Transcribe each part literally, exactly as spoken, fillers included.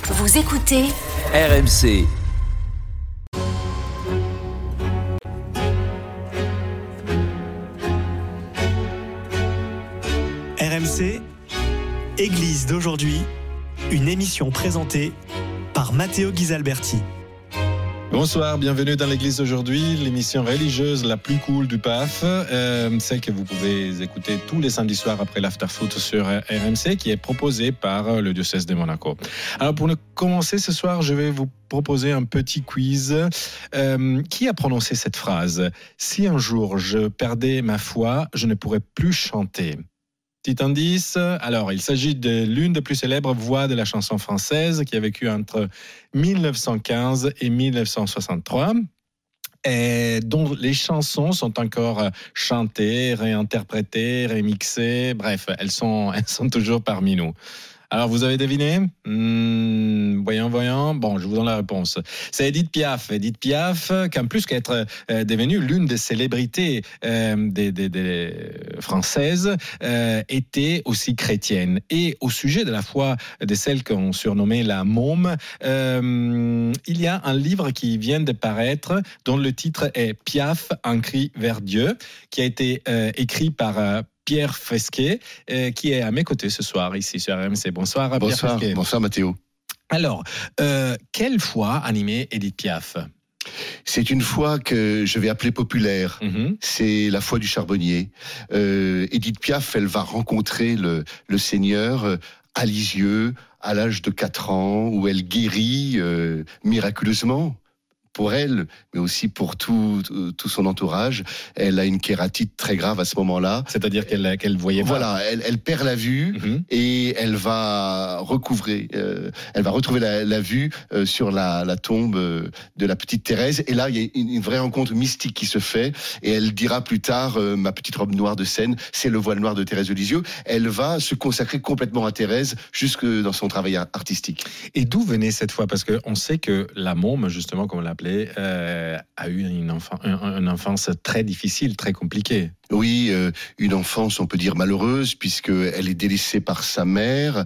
Vous écoutez R M C. R M C, Église d'aujourd'hui, une émission présentée par Matteo Ghisalberti. Bonsoir, bienvenue dans l'église d'aujourd'hui, l'émission religieuse la plus cool du P A F. Euh, c'est que vous pouvez écouter tous les samedis soirs après l'afterfoot sur R M C, qui est proposé par le diocèse de Monaco. Alors pour commencer ce soir, je vais vous proposer un petit quiz. Euh, qui a prononcé cette phrase ? Si un jour je perdais ma foi, je ne pourrais plus chanter. Petit indice, alors il s'agit de l'une des plus célèbres voix de la chanson française qui a vécu entre mille neuf cent quinze et mille neuf cent soixante-trois et dont les chansons sont encore chantées, réinterprétées, remixées, bref, elles sont, elles sont toujours parmi nous. Alors, vous avez deviné ? mmh, Voyons, voyons. Bon, je vous donne la réponse. C'est Edith Piaf. Edith Piaf, qui en plus qu'être euh, devenue l'une des célébrités euh, des, des, des françaises, euh, était aussi chrétienne. Et au sujet de la foi de celle qu'on surnommait la môme, euh, il y a un livre qui vient de paraître, dont le titre est « Piaf, un cri vers Dieu », qui a été euh, écrit par euh, Pierre Fesquet, euh, qui est à mes côtés ce soir, ici sur R M C. Bonsoir, Pierre bonsoir, Fesquet. Bonsoir, Mathéo. Alors, euh, quelle foi animait Edith Piaf ? C'est une foi que je vais appeler populaire. Mm-hmm. C'est la foi du charbonnier. Euh, Edith Piaf, elle va rencontrer le, le Seigneur à Lisieux, à l'âge de quatre ans, où elle guérit euh, miraculeusement. Pour elle, mais aussi pour tout, tout son entourage. Elle a une kératite très grave à ce moment-là. C'est-à-dire qu'elle, qu'elle voyait pas. Voilà, elle, elle perd la vue mm-hmm. et elle va recouvrer, euh, elle va retrouver la, la vue euh, sur la, la tombe euh, de la petite Thérèse. Et là, il y a une, une vraie rencontre mystique qui se fait. Et elle dira plus tard, euh, ma petite robe noire de Seine, c'est le voile noir de Thérèse de Lisieux. Elle va se consacrer complètement à Thérèse, jusque dans son travail artistique. Et d'où venait cette foi ? Parce qu'on sait que la môme, justement, comme on l'appelait, Euh, a eu une, enfant, une enfance très difficile, très compliquée. Oui, euh, une enfance, on peut dire malheureuse, puisqu'elle est délaissée par sa mère,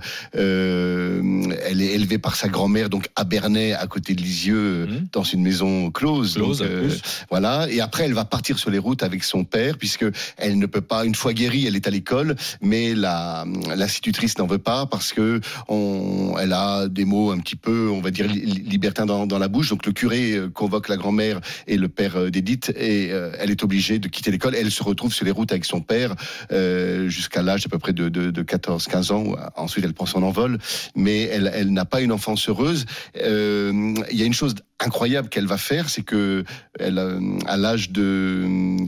euh, elle est élevée par sa grand-mère, donc à Bernay, à côté de Lisieux, mmh. dans une maison close. Close, donc, euh, voilà. Et après, elle va partir sur les routes avec son père, puisqu'elle ne peut pas, une fois guérie, elle est à l'école, mais la, l'institutrice n'en veut pas, parce que on, elle a des mots un petit peu, on va dire, libertins dans, dans la bouche. Donc le curé convoque la grand-mère et le père d'Edith, et euh, elle est obligée de quitter l'école. Elle se retrouve sur les routes avec son père euh, jusqu'à l'âge à peu près de, de, de quatorze quinze ans. Ensuite, elle prend son envol, mais elle, elle n'a pas une enfance heureuse. Euh, il y a une chose incroyable qu'elle va faire, c'est que elle, à l'âge de,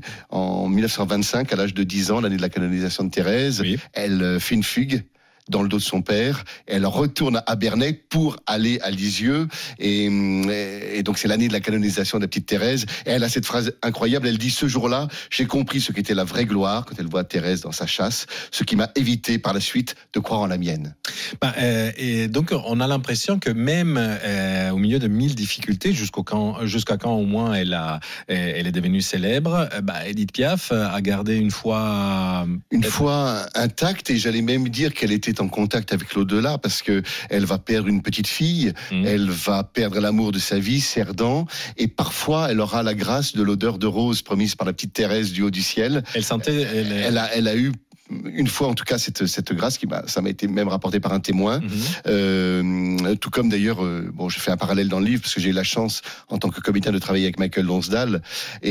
en dix-neuf cent vingt-cinq, à l'âge de dix ans, l'année de la canonisation de Thérèse, oui. elle fait une fugue dans le dos de son père. Elle retourne à Bernay pour aller à Lisieux. Et, et donc, c'est l'année de la canonisation de la petite Thérèse. Et elle a cette phrase incroyable. Elle dit, ce jour-là, j'ai compris ce qu'était la vraie gloire quand elle voit Thérèse dans sa chasse, ce qui m'a évité par la suite de croire en la mienne. Bah, euh, et donc, on a l'impression que même euh, au milieu de mille difficultés, jusqu'au quand, jusqu'à quand au moins elle, a, elle est devenue célèbre, bah, Edith Piaf a gardé une foi... Une foi intacte, et j'allais même dire qu'elle était en contact avec l'au-delà, parce que elle va perdre une petite fille, mmh. elle va perdre l'amour de sa vie, Cerdan, et parfois elle aura la grâce de l'odeur de rose promise par la petite Thérèse du haut du ciel. Elle sentait, elle, elle a, elle a eu une fois en tout cas cette, cette grâce qui m'a, ça m'a été même rapporté par un témoin, mmh. euh, tout comme d'ailleurs, euh, bon, je fais un parallèle dans le livre parce que j'ai eu la chance en tant que comédien de travailler avec Michael Lonsdale,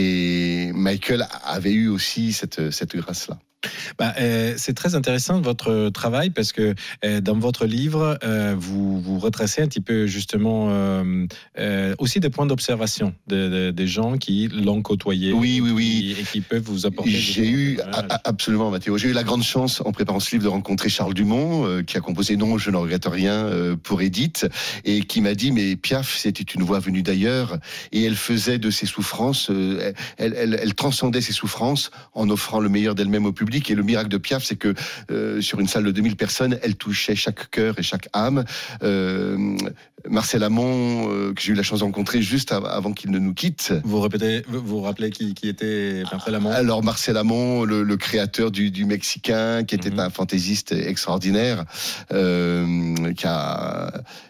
et Michael avait eu aussi cette, cette grâce-là. Bah, euh, c'est très intéressant votre travail parce que euh, dans votre livre, euh, vous, vous retracez un petit peu justement euh, euh, aussi des points d'observation de, de, des gens qui l'ont côtoyé. Oui, oui, oui. Qui, et qui peuvent vous apporter. J'ai eu, a, absolument, Mathéo. J'ai eu la grande chance, en préparant ce livre, de rencontrer Charles Dumont, euh, qui a composé Non, je ne regrette rien euh, pour Edith, et qui m'a dit, mais Piaf, c'était une voix venue d'ailleurs, et elle faisait de ses souffrances, euh, elle, elle, elle transcendait ses souffrances en offrant le meilleur d'elle-même au public. Et le miracle de Piaf, c'est que euh, sur une salle de deux mille personnes, elle touchait chaque cœur et chaque âme. Euh, Marcel Amont, euh, que j'ai eu la chance de rencontrer juste av- avant qu'il ne nous quitte. Vous répétez, vous vous rappelez qui, qui était Marcel Amont ? Alors Marcel Amont, le, le créateur du, du Mexicain, qui était mm-hmm. un fantaisiste extraordinaire, euh, qui a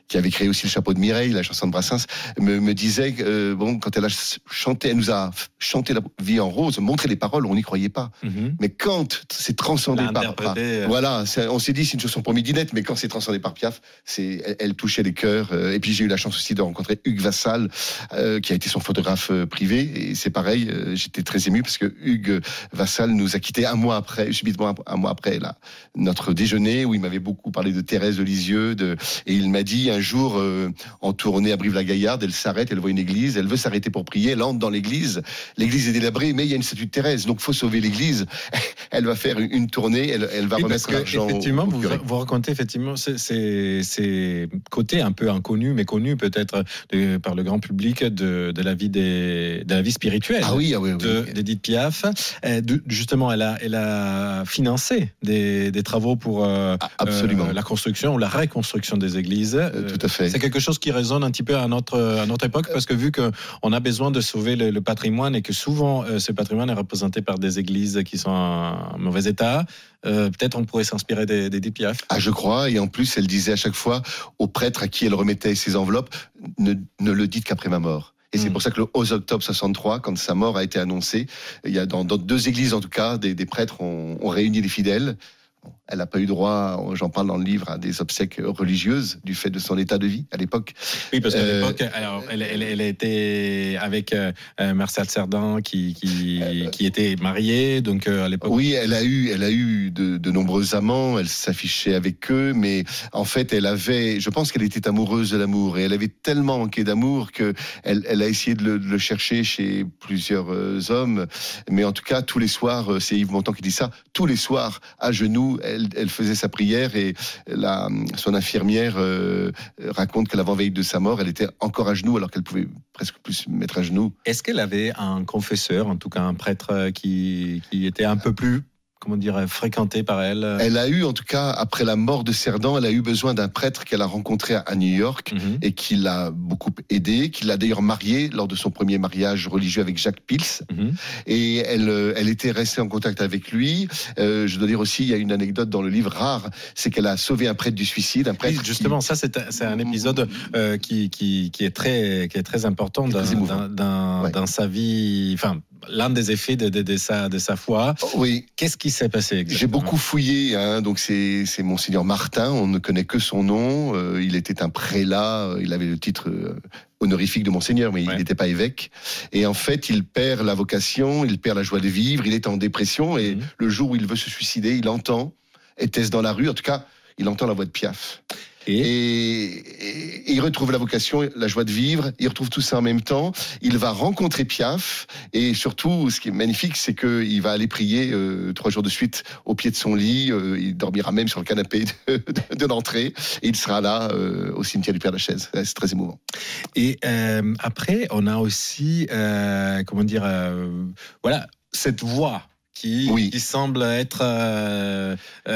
qui avait créé aussi le chapeau de Mireille, la chanson de Brassens, me, me disait que euh, bon, quand elle a chanté, elle nous a chanté la vie en rose, montré les paroles, on n'y croyait pas. Mm-hmm. Mais quand c'est transcendé par, par euh... voilà, on s'est dit c'est une chanson pour Midinette, mais quand c'est transcendé par Piaf, c'est elle, elle touchait les cœurs. Euh, et puis j'ai eu la chance aussi de rencontrer Hugues Vassal, euh, qui a été son photographe euh, privé. Et c'est pareil, euh, j'étais très ému parce que Hugues Vassal nous a quittés un mois après, subitement un mois après là, notre déjeuner, où il m'avait beaucoup parlé de Thérèse de Lisieux, de, et il m'a dit un jour, euh, en tournée à Brive-la-Gaillarde, elle s'arrête, elle voit une église, elle veut s'arrêter pour prier, elle entre dans l'église, l'église est délabrée, mais il y a une statue de Thérèse, donc faut sauver l'église. Elle va faire une, une tournée, elle, elle va oui, remettre l'argent. Effectivement, au, au vous, vous racontez effectivement ces, ces, ces côtés un peu inconnus, mais connus peut-être de, par le grand public de, de la vie des, de la vie spirituelle. Ah oui, ah oui, oui. De, d'Édith Piaf. De, justement, elle a, elle a financé des, des travaux pour euh, Absolument. Euh, la construction ou la reconstruction des églises. Euh, tout à fait. C'est quelque chose qui résonne un petit peu à notre, à notre époque, parce que vu qu'on a besoin de sauver le, le patrimoine et que souvent euh, ce patrimoine est représenté par des églises qui sont en mauvais état, euh, peut-être on pourrait s'inspirer d'Édith Piaf. Ah, je crois. Et en plus, elle disait à chaque fois aux prêtres à qui elle remettait ses enveloppes, ne, ne le dites qu'après ma mort. Et c'est pour ça que le onze octobre soixante-trois, quand sa mort a été annoncée, il y a dans, dans deux églises en tout cas, des, des prêtres ont, ont réuni les fidèles. Elle n'a pas eu droit, j'en parle dans le livre, à des obsèques religieuses du fait de son état de vie à l'époque. Oui, parce qu'à euh, l'époque, alors, elle, elle, elle était avec euh, Marcel Cerdan qui, qui, euh, qui était marié, donc euh, à l'époque. Oui, elle a eu, elle a eu de, de nombreux amants, elle s'affichait avec eux, mais en fait, elle avait, je pense qu'elle était amoureuse de l'amour et elle avait tellement manqué d'amour que elle, elle a essayé de le, de le chercher chez plusieurs euh, hommes. Mais en tout cas, tous les soirs, c'est Yves Montand qui dit ça, tous les soirs, à genoux, elle Elle, elle faisait sa prière et la, son infirmière euh, raconte que l'avant-veille de sa mort, elle était encore à genoux alors qu'elle pouvait presque plus se mettre à genoux. Est-ce qu'elle avait un confesseur, en tout cas un prêtre qui, qui était un peu plus, comment dire, fréquentée par elle? Elle a eu, en tout cas, après la mort de Cerdan, elle a eu besoin d'un prêtre qu'elle a rencontré à New York mm-hmm. et qui l'a beaucoup aidé, qui l'a d'ailleurs marié lors de son premier mariage religieux avec Jacques Pils. Mm-hmm. Et elle, elle était restée en contact avec lui. Euh, je dois dire aussi, il y a une anecdote dans le livre rare, c'est qu'elle a sauvé un prêtre du suicide, un prêtre. Oui, justement, qui... ça c'est, c'est un épisode euh, qui, qui, qui est très, qui est très important dans, dans, dans, ouais. dans sa vie. Enfin, l'un des effets de, de, de, sa, de sa foi. Oui. Qu'est-ce qui s'est passé exactement? J'ai beaucoup fouillé, hein, donc c'est, c'est Monseigneur Martin, on ne connaît que son nom, euh, il était un prélat, il avait le titre euh, honorifique de Monseigneur, mais ouais. il n'était pas évêque, et en fait il perd la vocation, il perd la joie de vivre, il est en dépression, et mmh. le jour où il veut se suicider, il entend, était-ce dans la rue, en tout cas, il entend la voix de Piaf. Et, et, et il retrouve la vocation, la joie de vivre, il retrouve tout ça en même temps, il va rencontrer Piaf, et surtout, ce qui est magnifique, c'est qu'il va aller prier euh, trois jours de suite au pied de son lit, euh, il dormira même sur le canapé de, de, de l'entrée, et il sera là euh, au cimetière du Père-Lachaise. C'est très émouvant. Et euh, après, on a aussi, euh, comment dire, euh, voilà, cette voix Qui, oui. qui semble être euh,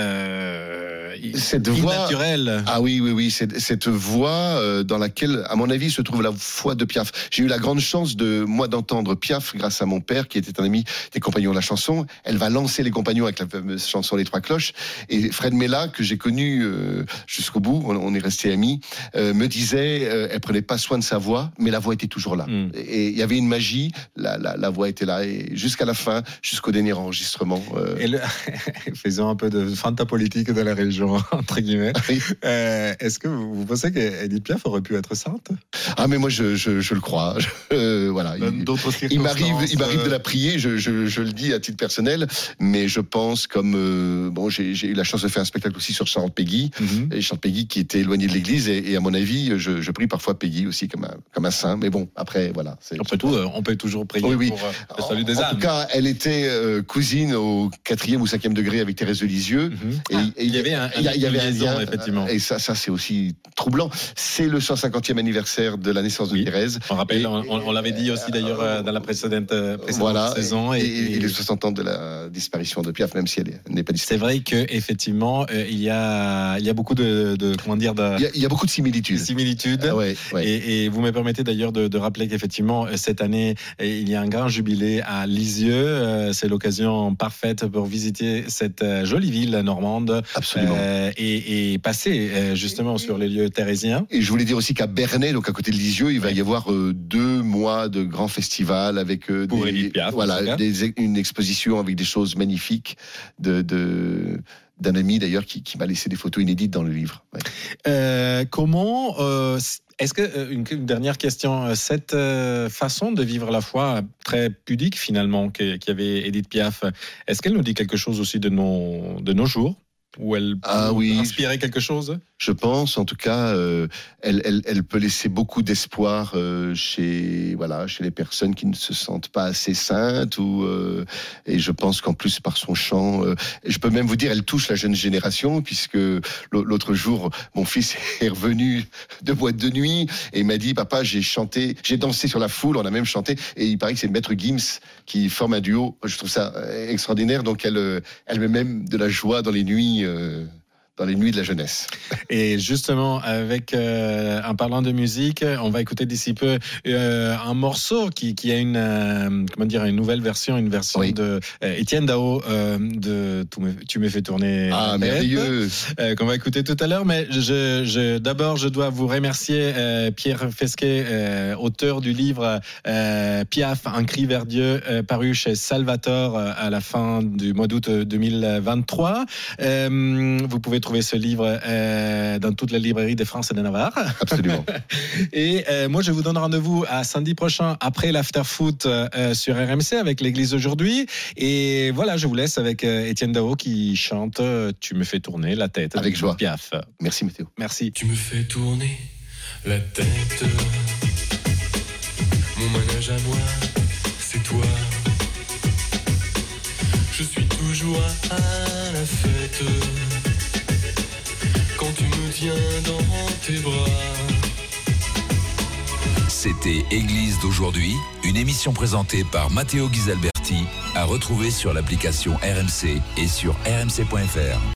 euh, cette naturelle. Voix, ah oui, oui, oui, cette, cette voix euh, dans laquelle, à mon avis, se trouve la foi de Piaf. J'ai eu la grande chance de moi d'entendre Piaf grâce à mon père, qui était un ami des Compagnons de la chanson. Elle va lancer les Compagnons avec la fameuse chanson Les Trois Cloches. Et Fred Mella, que j'ai connu euh, jusqu'au bout, on, on est restés amis, euh, me disait, euh, elle prenait pas soin de sa voix, mais la voix était toujours là. Mm. Et il y avait une magie, la, la, la voix était là, et jusqu'à la fin, jusqu'au dernier enregistrement. Euh... Et le... Faisons un peu de fanta politique de la religion, entre guillemets. Oui. Euh, est-ce que vous, vous pensez qu'Édith Piaf aurait pu être sainte? Ah, mais moi, je, je, je le crois. Je, euh, voilà. Il, il, m'arrive, il m'arrive de la prier, je, je, je le dis à titre personnel, mais je pense comme... Euh, bon, j'ai, j'ai eu la chance de faire un spectacle aussi sur Charles Péguy, mm-hmm. et Charles Péguy qui était éloigné de l'église, et, et à mon avis, je, je prie parfois Péguy aussi comme un, comme un saint, mais bon, après, voilà. C'est, après tout, pas... on peut toujours prier oui, oui. pour euh, le salut des en, âmes. En tout cas, elle était euh, cousine au quatrième ou cinquième degré avec Thérèse de Lisieux. Mm-hmm. Et, ah, et il y avait un, il y, y avait un lien, effectivement. Et ça, ça, c'est aussi troublant. C'est le cent cinquantième anniversaire de la naissance de oui. Thérèse. On rappelle, et, on, on l'avait dit dit aussi d'ailleurs euh, dans la précédente, précédente voilà, saison. Et, Et, et, et et les soixante ans de la disparition de Piaf, même si elle n'est pas c'est disparue. vrai qu'effectivement, euh, il, y a, il y a beaucoup de, de comment dire, de, Il y, a, il y a beaucoup de similitudes. similitudes. Ah ouais, ouais. Et, et vous me permettez d'ailleurs de, de rappeler qu'effectivement, cette année, il y a un grand jubilé à Lisieux. Euh, c'est l'occasion parfaite pour visiter cette jolie ville normande. Absolument. Euh, et, et passer euh, justement sur les lieux thérésiens. Et je voulais dire aussi qu'à Bernay, donc à côté de Lisieux, il va y avoir euh, deux mois de grands festivals avec euh, Pour des, Edith Piaf, voilà, des, une exposition avec des choses magnifiques de, de d'un ami d'ailleurs qui, qui m'a laissé des photos inédites dans le livre. Ouais. Euh, comment euh, est-ce que euh, une, une dernière question, cette euh, façon de vivre la foi très pudique finalement qu'avait Edith Piaf, est-ce qu'elle nous dit quelque chose aussi de nos de nos jours? Ou elle peut ah, oui, inspirer quelque chose? Je pense, en tout cas, euh, elle, elle, elle peut laisser beaucoup d'espoir euh, chez, voilà, chez les personnes qui ne se sentent pas assez saintes. Ou, euh, et je pense qu'en plus, par son chant, euh, je peux même vous dire, elle touche la jeune génération, puisque l'autre jour, mon fils est revenu de boîte de nuit et il m'a dit, papa, j'ai chanté, j'ai dansé sur la foule, on a même chanté, et il paraît que c'est le maître Gims qui forme un duo. Je trouve ça extraordinaire. Donc, elle, elle met même de la joie dans les nuits. Euh, dans les nuits de la jeunesse. Et justement, avec euh, en parlant de musique, on va écouter d'ici peu euh, un morceau qui, qui a une euh, comment dire une nouvelle version, une version oui. de euh, Étienne Dao euh, de Tu me fais tourner. Ah merveilleux. Euh, qu'on va écouter tout à l'heure. Mais je, je d'abord je dois vous remercier euh, Pierre Fesquet, euh, auteur du livre euh, Piaf, un cri vers Dieu, euh, paru chez Salvator euh, à la fin du mois d'août deux mille vingt-trois. Euh, vous pouvez trouver ce livre euh, dans toutes les librairies de France et de Navarre. Absolument. Et euh, moi, je vous donne rendez-vous à samedi prochain après l'after-foot euh, sur R M C avec l'Église aujourd'hui. Et voilà, je vous laisse avec euh, Étienne Dao qui chante euh, Tu me fais tourner la tête. Avec joie. Piaf. Merci Mathéo. Merci. Tu me fais tourner la tête. Mon manège à moi, c'est toi. Je suis toujours à la fête. Quand tu me tiens dans tes bras. C'était Église d'aujourd'hui, une émission présentée par Matteo Ghisalberti, à retrouver sur l'application R M C et sur r m c point f r.